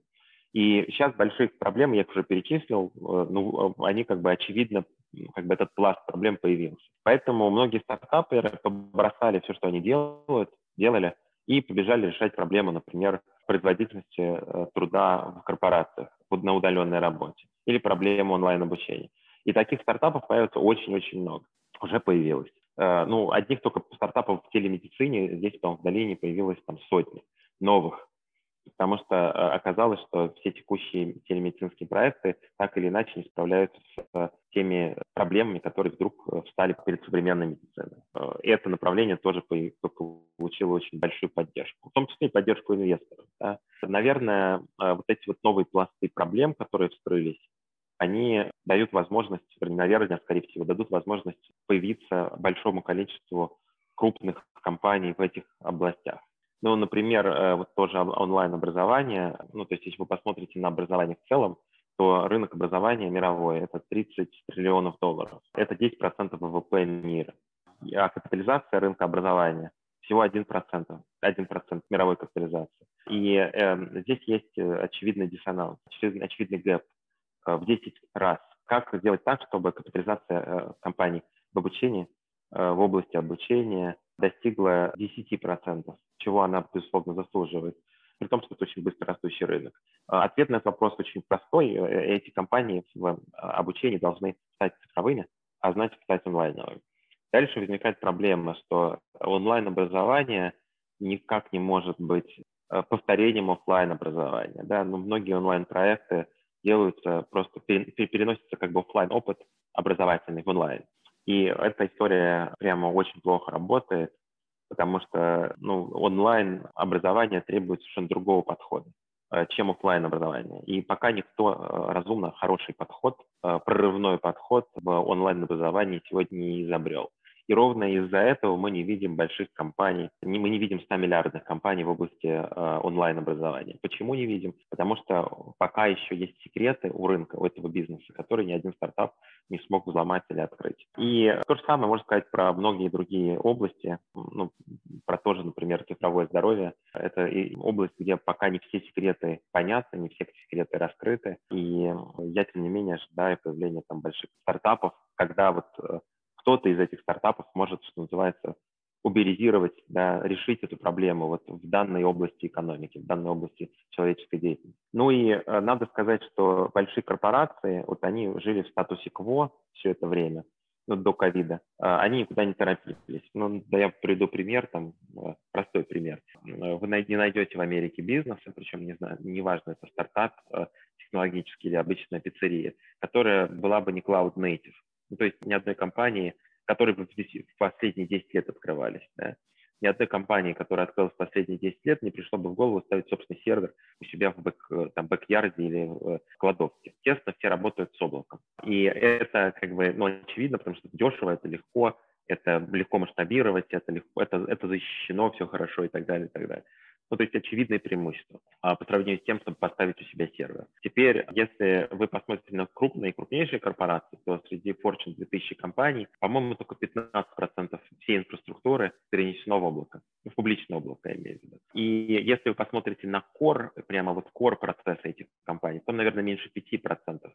И сейчас больших проблем, я их уже перечислил, э, ну, они как бы очевидно, как бы этот пласт проблем появился. Поэтому многие стартаперы побросали все, что они делают, делали, и побежали решать проблему, например, производительности э, труда в корпорациях на удаленной работе или проблему онлайн-обучения. И таких стартапов появится очень-очень много. Уже появилось. Э, ну, одних только стартапов в телемедицине здесь, по-моему, в долине появилось там сотни новых. Потому что э, оказалось, что все текущие телемедицинские проекты так или иначе не справляются с э, теми проблемами, которые вдруг встали перед современной медициной. Э, это направление тоже получило очень большую поддержку, в том числе и поддержку инвесторов. Да. Наверное, э, вот эти вот новые пласты проблем, которые вскрылись, они дают возможность, наверное, скорее всего, дадут возможность появиться большому количеству крупных компаний в этих областях. Ну, например, вот тоже онлайн-образование, ну, то есть если вы посмотрите на образование в целом, то рынок образования мировой – это тридцать триллионов долларов. Это десять процентов ВВП мира. А капитализация рынка образования всего один процент, один процент мировой капитализации. И э, здесь есть очевидный диссонанс, очевидный, очевидный гэп э, в десять раз. Как сделать так, чтобы капитализация э, компаний в обучении, э, в области обучения достигла десять процентов, чего она, безусловно, заслуживает. при том, что это очень быстро растущий рынок? Ответ на этот вопрос очень простой. Эти компании в обучении должны стать цифровыми, а значит стать онлайновыми. Дальше возникает проблема, что онлайн-образование никак не может быть повторением офлайн-образования. Да? Но многие онлайн-проекты делаются, просто переносится как бы офлайн опыт образовательный в онлайн. И эта история прямо очень плохо работает, потому что ну, онлайн-образование требует совершенно другого подхода, чем офлайн-образование. И пока никто разумно хороший подход, прорывной подход в онлайн-образовании сегодня не изобрел. И ровно из-за этого мы не видим больших компаний, мы не видим ста миллиардных компаний в области э, онлайн-образования. Почему не видим? Потому что пока еще есть секреты у рынка, у этого бизнеса, которые ни один стартап не смог взломать или открыть. И то же самое можно сказать про многие другие области, ну, про то же, например, цифровое здоровье. Это и область, где пока не все секреты понятны, не все секреты раскрыты. И я, тем не менее, ожидаю появления там больших стартапов, когда вот кто-то из этих стартапов может, что называется, уберизировать, да, решить эту проблему вот в данной области экономики, в данной области человеческой деятельности. Ну и э, надо сказать, что большие корпорации, вот они жили в статусе кво все это время, ну, до ковида, э, они никуда не торопились. Ну, да я приведу пример, там, э, простой пример. Вы не найдете в Америке бизнеса, причем, не знаю, неважно, это стартап э, технологический или обычная пиццерия, которая была бы не cloud native. Ну, то есть ни одной компании, которые в последние десять лет открывались, да, ни одной компании, которая открылась в последние десять лет, не пришло бы в голову ставить собственный сервер у себя в бэк, там, бэк-ярде или в кладовке. Естественно, все работают с облаком. И это как бы ну, очевидно, потому что это дешево, это легко, это легко масштабировать, это, легко, это, это защищено, все хорошо и так далее, и так далее. Ну, то есть очевидные преимущества а, по сравнению с тем, чтобы поставить у себя сервер. Теперь, если вы посмотрите на крупные и крупнейшие корпорации, то среди Fortune две тысячи компаний, по-моему, только пятнадцать процентов всей инфраструктуры перенесено в облако, в публичное облако, я имею в виду. И если вы посмотрите на core, прямо вот core процесса этих компаний, то, наверное, меньше пяти процентов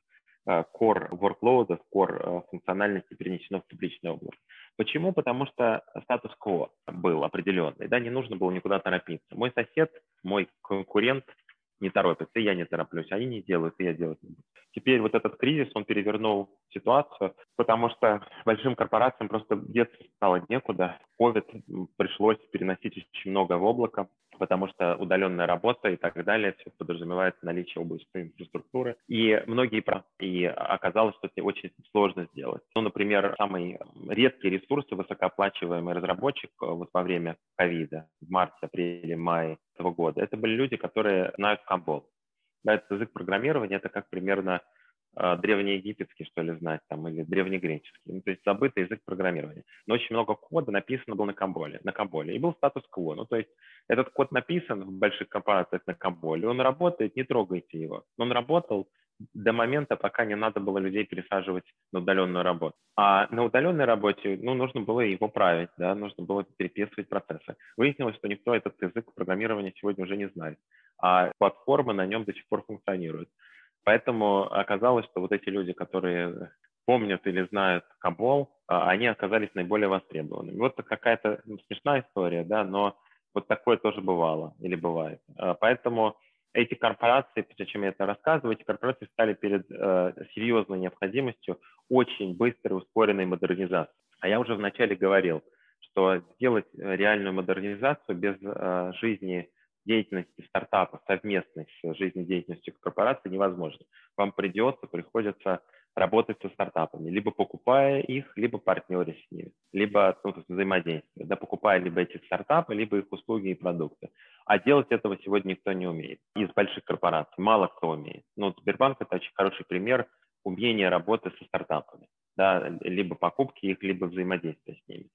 core workload, core функциональности перенесено в публичное облако. Почему? Потому что статус-кво был определенный, да, не нужно было никуда торопиться. Мой сосед, мой конкурент не торопится, и я не тороплюсь, они не делают, и я делать не буду. Теперь вот этот кризис, он перевернул ситуацию, потому что большим корпорациям просто деться стало некуда. ковид пришлось переносить очень много в облако, потому что удаленная работа и так далее, все подразумевает наличие облачной инфраструктуры. И многие, и оказалось, что это очень сложно сделать. Ну, например, самый редкий ресурс, высокооплачиваемый разработчик вот во время ковида, в марте, апреле, мае этого года, это были люди, которые знают Камбол. Да, этот язык программирования, это как примерно э, древнеегипетский, что ли, знать, там, или древнегреческий. Ну, то есть забытый язык программирования. Но очень много кода написано было на Камболе, на Камболе. И был статус-кво. Ну, то есть этот код написан в больших корпорациях на Камболе, он работает, не трогайте его. Он работал до момента, пока не надо было людей пересаживать на удаленную работу. А на удаленной работе, ну, нужно было его править, да, нужно было переписывать процессы. Выяснилось, что никто этот язык программирования сегодня уже не знает, а платформы на нем до сих пор функционируют. Поэтому оказалось, что вот эти люди, которые помнят или знают Камбол, они оказались наиболее востребованными. Вот какая-то ну, смешная история, да, но вот такое тоже бывало или бывает. Поэтому эти корпорации, зачем я это рассказываю, эти корпорации стали перед э, серьезной необходимостью очень быстрой, ускоренной модернизации. А я уже вначале говорил, что сделать реальную модернизацию без э, жизни деятельности стартапа совместной с жизнедеятельностью корпорации невозможно. Вам придется, приходится работать со стартапами, либо покупая их, либо партнеря с ними, либо ну, взаимодействие, да, покупая либо эти стартапы, либо их услуги и продукты. А делать этого сегодня никто не умеет. Из больших корпораций мало кто умеет. Ну, Сбербанк – это очень хороший пример умения работы со стартапами, да, либо покупки их, либо взаимодействия с ними.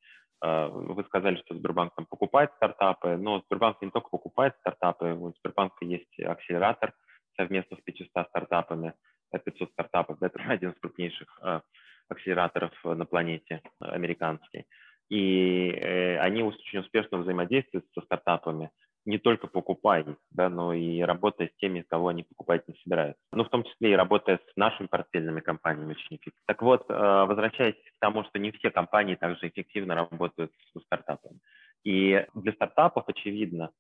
Вы сказали, что Сбербанк там покупает стартапы, но Сбербанк не только покупает стартапы, у Сбербанка есть акселератор совместно с пятьюстами стартапами, пятьсот стартапов, это один из крупнейших акселераторов на планете, американский. И они очень успешно взаимодействуют со стартапами, не только покупая их, да, но и работая с теми, кого они покупать не собираются. Ну, в том числе и работая с нашими портфельными компаниями очень эффективно. Так вот, возвращаясь к тому, что не все компании также эффективно работают со стартапами. И для стартапов, очевидно,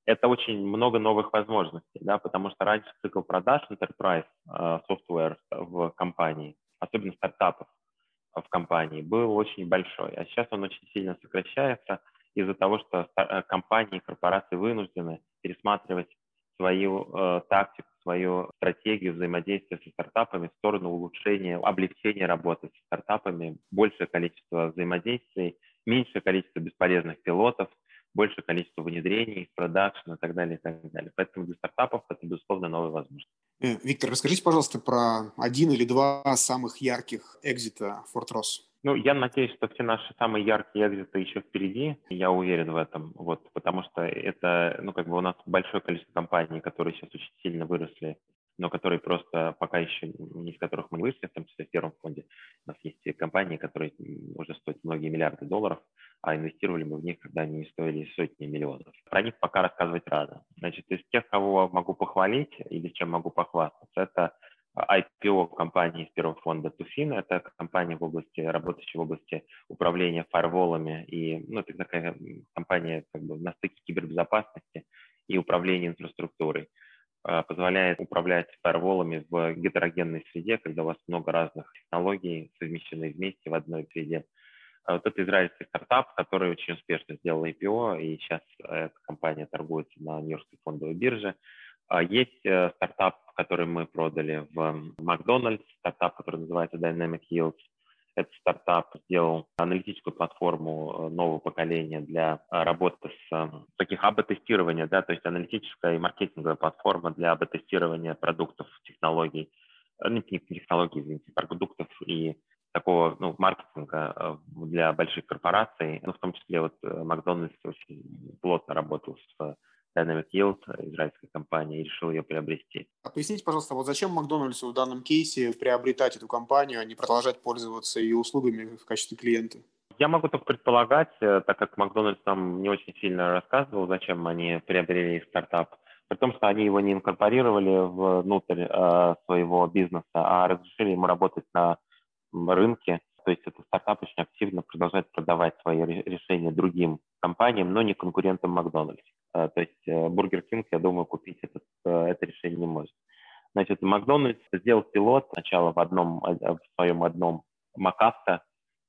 это очень много новых возможностей, да, потому что раньше цикл продаж enterprise э, software в компании, особенно стартапов в компании, был очень большой, а сейчас он очень сильно сокращается из-за того, что компании, корпорации вынуждены пересматривать свою э, тактику, свою стратегию взаимодействия со стартапами в сторону улучшения, облегчения работы с стартапами, большее количество взаимодействий, меньшее количество бесполезных пилотов, большее количество внедрений, продакшн и так далее, и так далее. Поэтому для стартапов это, безусловно, новая возможность. Виктор, расскажите, пожалуйста, про один или два самых ярких экзита Фортрос. Ну, я надеюсь, что все наши самые яркие экзиты еще впереди, я уверен в этом, вот, потому что это, ну, как бы у нас большое количество компаний, которые сейчас очень сильно выросли, но которые просто пока еще, не из которых мы вышли, в том числе в первом фонде. У нас есть компании, которые уже стоят многие миллиарды долларов, а инвестировали мы в них, когда они стоили сотни миллионов. Про них пока рассказывать рано. Значит, из тех, кого могу похвалить или чем могу похвастаться, это ай пи о компании из первого фонда Туфин. Это компания в области, работающая в области управления фаерволами. И, ну, это такая компания как бы на стыке кибербезопасности и управления инфраструктурой. Позволяет управлять фаерволами в гетерогенной среде, когда у вас много разных технологий совмещены вместе в одной среде. Вот это израильский стартап, который очень успешно сделал ай пи о, и сейчас эта компания торгуется на Нью-Йоркской фондовой бирже. Есть стартап, который мы продали в Макдональдс, стартап, который называется Dynamic Yields. Этот стартап сделал аналитическую платформу нового поколения для работы с таких эй би-тестирования, да, то есть аналитическая и маркетинговая платформа для эй би-тестирования продуктов, технологий, не технологий, извините, продуктов и такого, ну, маркетинга для больших корпораций, ну, в том числе вот Макдональдс очень плотно работал с Dynamic Yield, израильской компании, и решил ее приобрести. А поясните, пожалуйста, вот зачем Макдональдсу в данном кейсе приобретать эту компанию, а не продолжать пользоваться ее услугами в качестве клиента? Я могу только предполагать, так как Макдональдс нам не очень сильно рассказывал, зачем они приобрели стартап, при том, что они его не инкорпорировали внутрь э, своего бизнеса, а разрешили ему работать на рынке. То есть этот стартап очень активно продолжает продавать свои решения другим компаниям, но не конкурентам Макдональдс. То есть Бургер Кинг, я думаю, купить этот, это решение не может. Значит, Макдональдс сделал пилот сначала в, одном, в своем одном МакАвто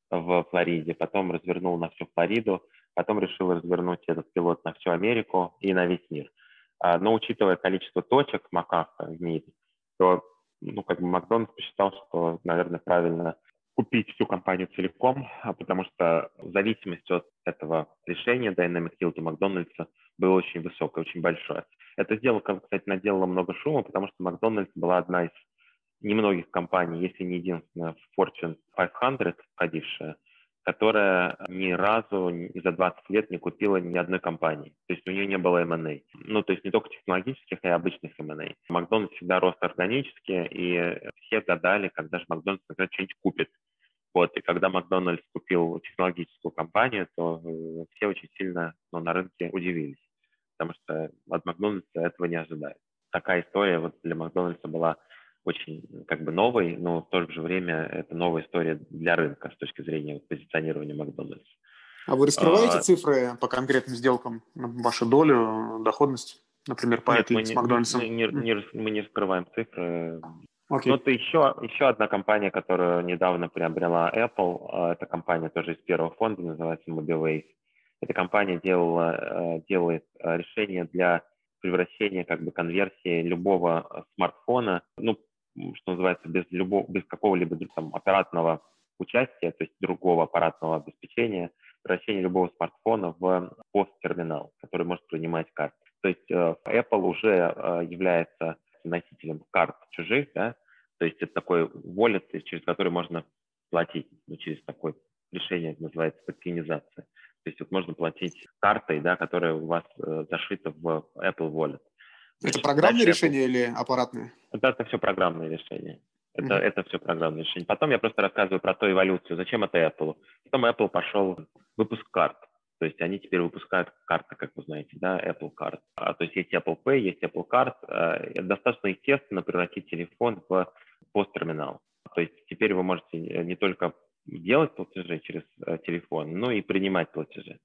в Флориде, потом развернул на всю Флориду, потом решил развернуть этот пилот на всю Америку и на весь мир. Но учитывая количество точек МакАвто в мире, то, ну, как бы Макдональдс посчитал, что, наверное, правильно купить всю компанию целиком, потому что зависимость от этого решения Dynamic Yield у Макдональдса была очень высокая, очень большая. Это сделало, кстати, наделало много шума, потому что Макдональдс была одна из немногих компаний, если не единственная, в Fortune пятьсот входившая, которая ни разу за двадцать лет не купила ни одной компании. То есть у нее не было эм энд эй. Ну, то есть не только технологических, а и обычных эм энд эй. Макдональдс всегда рос органически, и все гадали, когда же Макдональдс, например, что-нибудь купит. Вот, и когда Макдональдс купил технологическую компанию, то э, все очень сильно, ну, на рынке удивились, потому что от Макдональдса этого не ожидают. Такая история вот для Макдональдса была очень как бы новой, но в то же время это новая история для рынка с точки зрения позиционирования Макдональдса. А вы раскрываете а, цифры по конкретным сделкам, вашу долю, доходность, например, по нет, этой мы с не, Макдональдсом? Не, не, не, мы не раскрываем цифры. Okay. Но это еще, еще одна компания, которую недавно приобрела Apple. Это компания тоже из первого фонда, называется Mobiwave. Эта компания делала, делает решения для превращения, как бы, конверсии любого смартфона, ну, что называется, без, любого, без какого-либо там аппаратного участия, то есть другого аппаратного обеспечения, превращение любого смартфона в пост-терминал, который может принимать карты. То есть Apple уже является носителем карт чужих, да, то есть это такой wallet, через который можно платить, ну, через такое решение, это называется токенизация. То есть вот можно платить картой, да, которая у вас э, зашита в Apple Wallet. Значит, это программное решение Apple... или аппаратное? Это, это все программное решение. Это, mm-hmm. это все программное решение. Потом я просто рассказываю про ту эволюцию, зачем это Apple. Потом Apple пошел выпуск карт. То есть они теперь выпускают карты, как вы знаете, да, Apple Card. А, то есть есть Apple Pay, есть Apple Card. А, это достаточно естественно превратить телефон в пост-терминал. То есть теперь вы можете не только делать платежи через а, телефон, но и принимать платежи.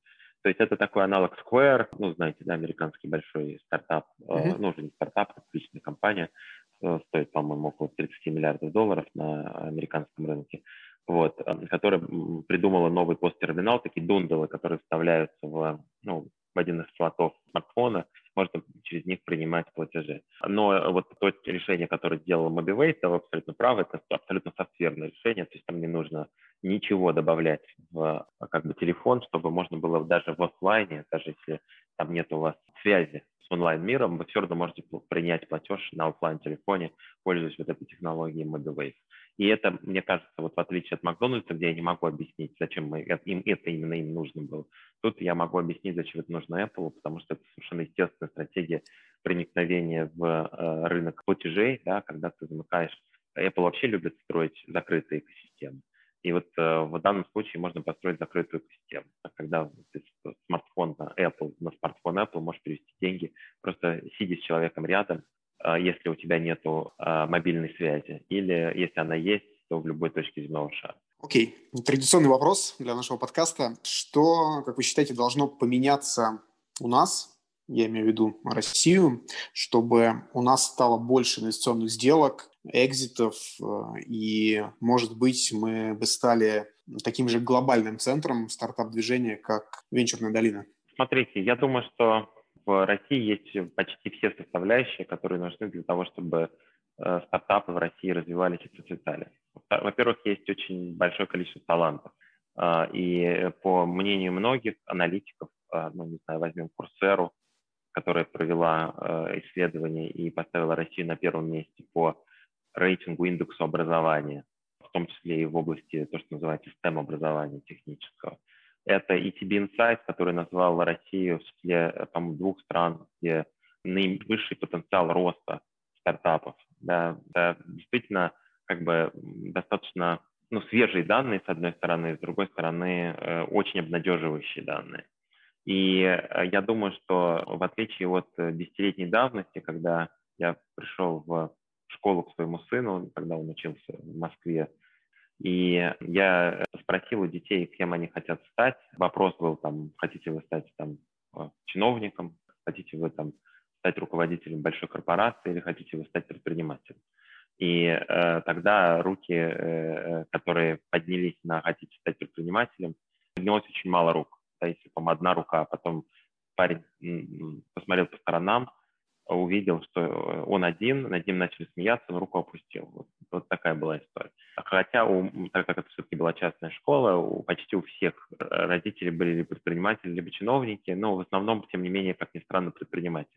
То есть это такой аналог Square, ну, знаете, да, американский большой стартап, Mm-hmm. э, ну, уже не стартап, а отличная компания, э, стоит, по-моему, около тридцать миллиардов долларов на американском рынке, вот, э, которая придумала новый посттерминал, такие дундалы, которые вставляются в, ну, в один из слотов смартфона, можно через них принимать платежи. Но вот то решение, которое сделала Mobivate, да, вы абсолютно правы, это абсолютно софтверное решение, то есть там не нужно ничего добавлять в как бы телефон, чтобы можно было даже в офлайне, даже если там нет у вас связи с онлайн-миром, вы все равно можете принять платеж на офлайн-телефоне, пользуясь вот этой технологией Mobivate. И это, мне кажется, вот в отличие от Макдональдса, где я не могу объяснить, зачем мы, им это именно им нужно было, тут я могу объяснить, зачем это нужно Apple, потому что это совершенно естественная стратегия проникновения в э, рынок платежей, да, когда ты замыкаешь. Apple вообще любит строить закрытые экосистемы. И вот э, в данном случае можно построить закрытую экосистему. Когда ты с смартфон на Apple, на смартфон Apple можешь перевести деньги, просто сидя с человеком рядом, э, если у тебя нет э, мобильной связи, или если она есть, то в любой точке земного шара. Окей. Okay. Традиционный вопрос для нашего подкаста. Что, как вы считаете, должно поменяться у нас, я имею в виду Россию, чтобы у нас стало больше инвестиционных сделок, экзитов, и, может быть, мы бы стали таким же глобальным центром стартап-движения, как Венчурная долина? Смотрите, я думаю, что в России есть почти все составляющие, которые нужны для того, чтобы э, стартапы в России развивались и процветали. Во-первых, есть очень большое количество талантов. Э, и по мнению многих аналитиков, э, ну, не знаю, возьмем Coursera, которая провела э, исследование и поставила Россию на первом месте по рейтингу индексу образования, в том числе и в области то, что называется STEM образования технического. Это и ти би Insights, который назвал Россию в числе, там, двух стран, где наивысший потенциал роста стартапов. Да, да, действительно, как бы достаточно, ну, свежие данные, с одной стороны, с другой стороны, э, очень обнадеживающие данные. И я думаю, что в отличие от десятилетней давности, когда я пришел в школу к своему сыну, когда он учился в Москве, и я спросил у детей, кем они хотят стать. Вопрос был там: хотите вы стать там чиновником, хотите вы там стать руководителем большой корпорации или хотите вы стать предпринимателем. И э, тогда руки, э, которые поднялись на «хотите стать предпринимателем», поднялось очень мало рук. Да, если, по-моему, одна рука, а потом парень посмотрел по сторонам, увидел, что он один, над ним начали смеяться, но руку опустил. Вот, вот такая была история. Хотя, у, так как это все-таки была частная школа, у, почти у всех родителей были либо предприниматели, либо чиновники, но в основном, тем не менее, как ни странно, предприниматели.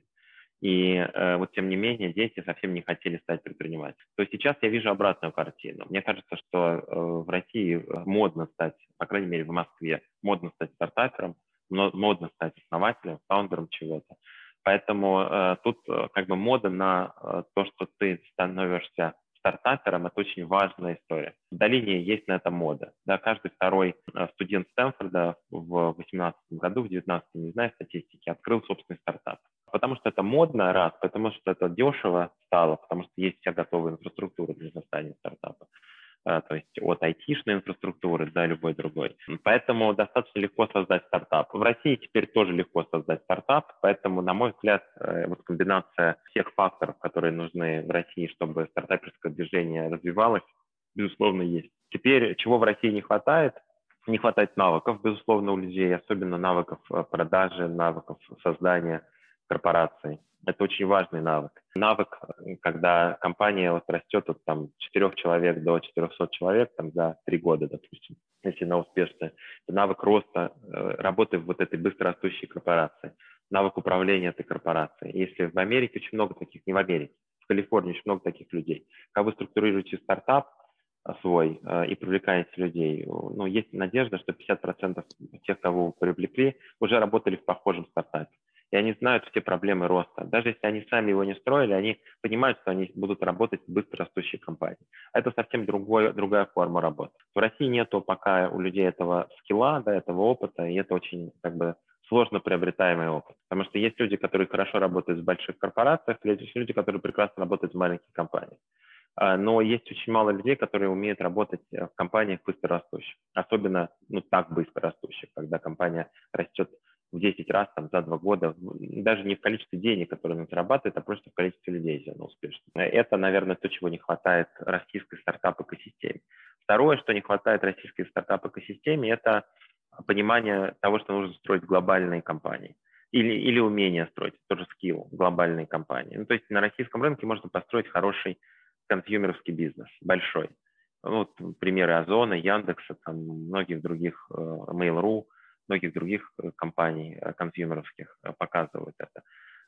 И э, вот тем не менее дети совсем не хотели стать предпринимателями. То есть сейчас я вижу обратную картину. Мне кажется, что э, в России модно стать, по крайней мере в Москве, модно стать стартапером, модно стать основателем, фаундером чего-то. Поэтому э, тут э, как бы мода на э, то, что ты становишься стартапером, это очень важная история. В долине есть на это мода. Да, каждый второй э, студент Стэнфорда в восемнадцатом году, в девятнадцатом, не знаю статистики, открыл собственный стартап. Потому что это модно, раз, потому что это дешево стало, потому что есть вся готовая инфраструктура для создания стартапа. То есть от айтишной инфраструктуры до любой другой. Поэтому достаточно легко создать стартап. В России теперь тоже легко создать стартап, поэтому, на мой взгляд, вот комбинация всех факторов, которые нужны в России, чтобы стартаперское движение развивалось, безусловно, есть. Теперь, чего в России не хватает? Не хватает навыков, безусловно, у людей, особенно навыков продажи, навыков создания корпораций. Это очень важный навык. Навык, когда компания вот растет от там, четырёх человек до четырёхсот человек там, за три года, допустим, если она успешная. Это навык роста, работы в вот этой быстрорастущей корпорации, навык управления этой корпорацией. Если в Америке очень много таких, не в Америке, в Калифорнии очень много таких людей. Когда вы структурируете стартап свой и привлекаете людей, ну, есть надежда, что пятьдесят процентов тех, кого вы привлекли, уже работали в похожем стартапе. И они знают все проблемы роста. Даже если они сами его не строили, они понимают, что они будут работать в быстрорастущей компании. Это совсем другой, другая форма работы. В России нету пока у людей этого скилла, да, этого опыта, и это очень как бы сложно приобретаемый опыт. Потому что есть люди, которые хорошо работают в больших корпорациях, есть люди, которые прекрасно работают в маленьких компаниях. Но есть очень мало людей, которые умеют работать в компаниях быстрорастущих. Особенно, ну, так быстрорастущих, когда компания растет в десять раз там, за два года, даже не в количестве денег, которые он зарабатывает, а просто в количестве людей сделано успешно. Это, наверное, то, чего не хватает российской стартап-экосистеме. Второе, что не хватает российской стартап-экосистеме, это понимание того, что нужно строить глобальные компании. Или, или умение строить, тоже скилл, глобальные компании. Ну, то есть на российском рынке можно построить хороший консюмеровский бизнес, большой. Ну, вот примеры Озона, Яндекса, там, многих других, Mail.ru, многих других компаний консюмеровских показывают это.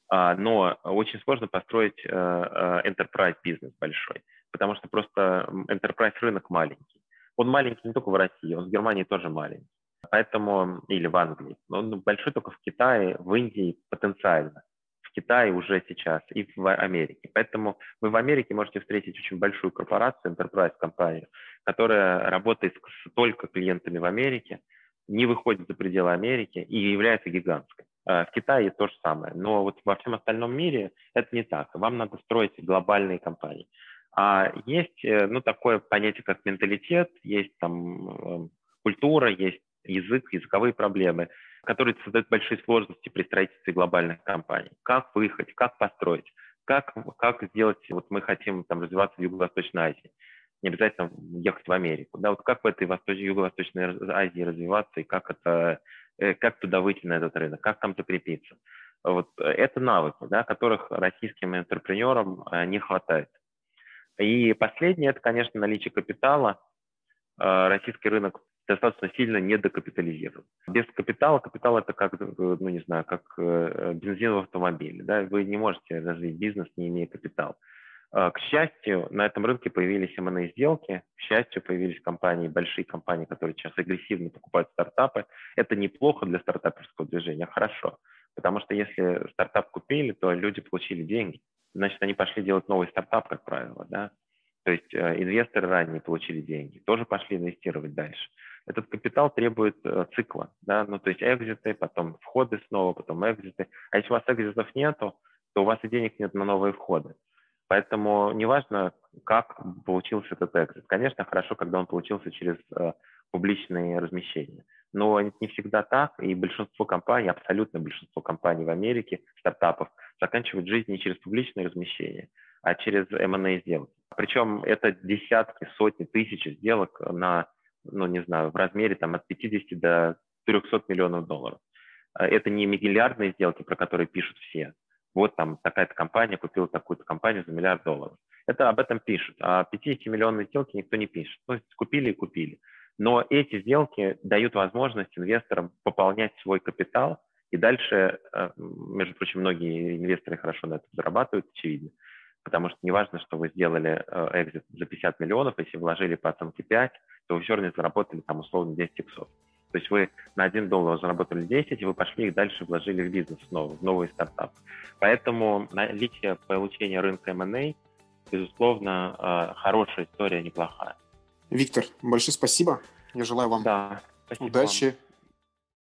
Но очень сложно построить enterprise бизнес большой, потому что просто enterprise рынок маленький. Он маленький не только в России, он в Германии тоже маленький. Поэтому, или в Англии. Он большой только в Китае, в Индии потенциально. В Китае уже сейчас и в Америке. Поэтому вы в Америке можете встретить очень большую корпорацию, enterprise-компанию, которая работает с только клиентами в Америке, не выходит за пределы Америки и является гигантской. В Китае то же самое. Но вот во всем остальном мире это не так. Вам надо строить глобальные компании. А есть, ну, такое понятие, как менталитет, есть там культура, есть язык, языковые проблемы, которые создают большие сложности при строительстве глобальных компаний. Как выехать, как построить, как, как сделать, вот мы хотим там развиваться в Юго-Восточной Азии, не обязательно ехать в Америку, да, вот как в этой Восточ... Юго-Восточной Азии развиваться и как, это, как туда выйти на этот рынок, как там закрепиться. Вот это навыки, да, которых российским интерпренерам не хватает. И последнее, это, конечно, наличие капитала. Российский рынок достаточно сильно недокапитализирован. Без капитала, капитал это как, ну не знаю, как бензин в автомобиле, да, вы не можете развить бизнес, не имея капитала. К счастью, на этом рынке появились эм энд эй-сделки, к счастью, появились компании, большие компании, которые сейчас агрессивно покупают стартапы. Это неплохо для стартаперского движения, хорошо, потому что если стартап купили, то люди получили деньги, значит, они пошли делать новый стартап, как правило, да. То есть э, инвесторы ранее получили деньги, тоже пошли инвестировать дальше. Этот капитал требует э, цикла, да, ну то есть экзиты, потом входы снова, потом экзиты. А если у вас экзитов нету, то у вас и денег нет на новые входы. Поэтому неважно, как получился этот экзит. Конечно, хорошо, когда он получился через э, публичные размещения. Но не всегда так, и большинство компаний, абсолютно большинство компаний в Америке, стартапов, заканчивают жизнь не через публичные размещения, а через эм энд эй-сделки. Причем это десятки, сотни, тысячи сделок на, ну не знаю, в размере там, от пятидесяти до трехсот миллионов долларов. Это не миллиардные сделки, про которые пишут все. Вот там такая-то компания купила такую-то компанию за миллиард долларов. Это об этом пишут, а пятидесятимиллионные сделки никто не пишет. Ну, купили и купили. Но эти сделки дают возможность инвесторам пополнять свой капитал, и дальше, между прочим, многие инвесторы хорошо на этом зарабатывают, очевидно. Потому что не важно, что вы сделали экзит за пятьдесят миллионов, если вложили по оценке пять, то вы все равно заработали там условно десять иксов. То есть вы на один доллар заработали десять, и вы пошли их дальше вложили в бизнес снова, в новый стартап. Поэтому наличие получения рынка эм энд эй, безусловно, хорошая история, неплохая. Виктор, большое спасибо. Я желаю вам да, удачи. Вам.